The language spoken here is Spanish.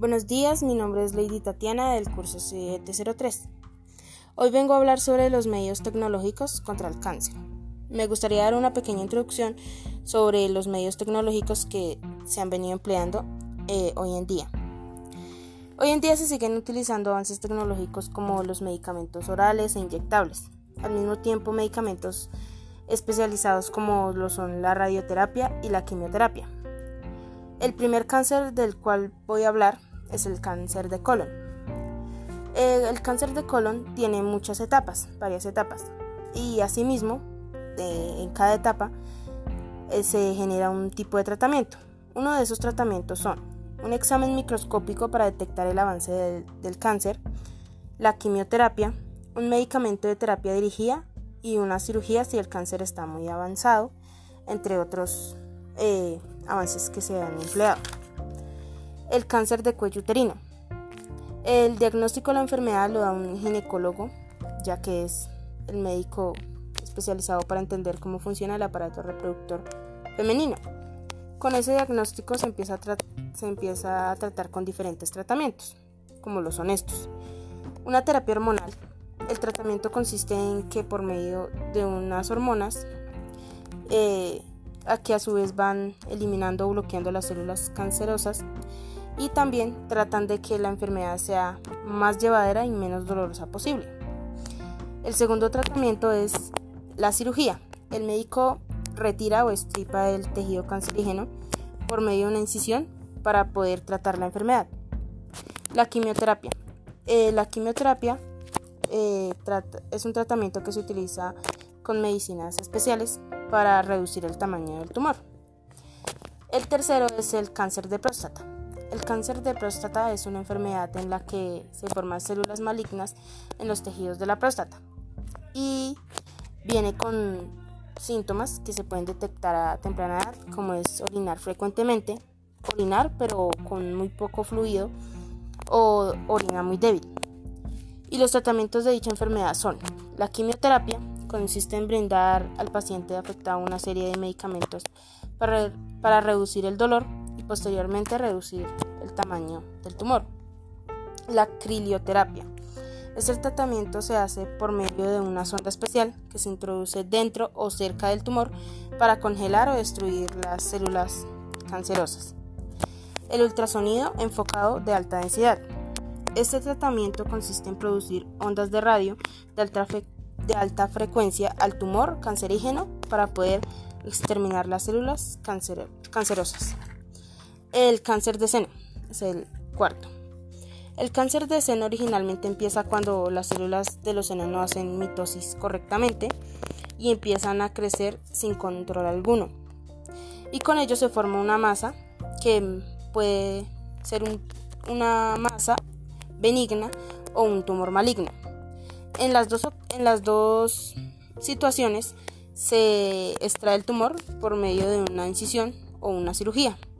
Buenos días, mi nombre es Lady Tatiana del curso 703. Hoy vengo a hablar sobre los medios tecnológicos contra el cáncer. Me gustaría dar una pequeña introducción sobre los medios tecnológicos que se han venido empleando hoy en día. Hoy en día se siguen utilizando avances tecnológicos como los medicamentos orales e inyectables. Al mismo tiempo, medicamentos especializados como lo son la radioterapia y la quimioterapia. El primer cáncer del cual voy a hablar es el cáncer de colon. El cáncer de colon tiene varias etapas, y asimismo, en cada etapa se genera un tipo de tratamiento. Uno de esos tratamientos son un examen microscópico para detectar el avance del cáncer, la quimioterapia, un medicamento de terapia dirigida y una cirugía si el cáncer está muy avanzado, entre otros avances que se han empleado. El cáncer de cuello uterino. El diagnóstico de la enfermedad lo da un ginecólogo, ya que es el médico especializado para entender cómo funciona el aparato reproductor femenino. Con ese diagnóstico se empieza a tratar con diferentes tratamientos, como lo son estos. Una terapia hormonal. El tratamiento consiste en que por medio de unas hormonas que a su vez van eliminando o bloqueando las células cancerosas, y también tratan de que la enfermedad sea más llevadera y menos dolorosa posible. El segundo tratamiento es la cirugía. El médico retira o extirpa el tejido cancerígeno por medio de una incisión para poder tratar la enfermedad. La quimioterapia. La quimioterapia es un tratamiento que se utiliza con medicinas especiales para reducir el tamaño del tumor. El tercero es el cáncer de próstata. El cáncer de próstata es una enfermedad en la que se forman células malignas en los tejidos de la próstata y viene con síntomas que se pueden detectar a temprana edad, como es orinar frecuentemente, pero con muy poco fluido, o orina muy débil. Y los tratamientos de dicha enfermedad son la quimioterapia. Consiste en brindar al paciente afectado una serie de medicamentos para reducir el dolor y posteriormente reducir el tamaño del tumor. La crioterapia. Este tratamiento se hace por medio de una sonda especial que se introduce dentro o cerca del tumor para congelar o destruir las células cancerosas. El ultrasonido enfocado de alta densidad. Este tratamiento consiste en producir ondas de radio de alta frecuencia al tumor cancerígeno para poder exterminar las células cancerosas. El cáncer de seno es el cuarto. El cáncer de seno originalmente empieza cuando las células de los senos no hacen mitosis correctamente y empiezan a crecer sin control alguno. Y con ello se forma una masa que puede ser una masa benigna o un tumor maligno. En las dos situaciones se extrae el tumor por medio de una incisión o una cirugía.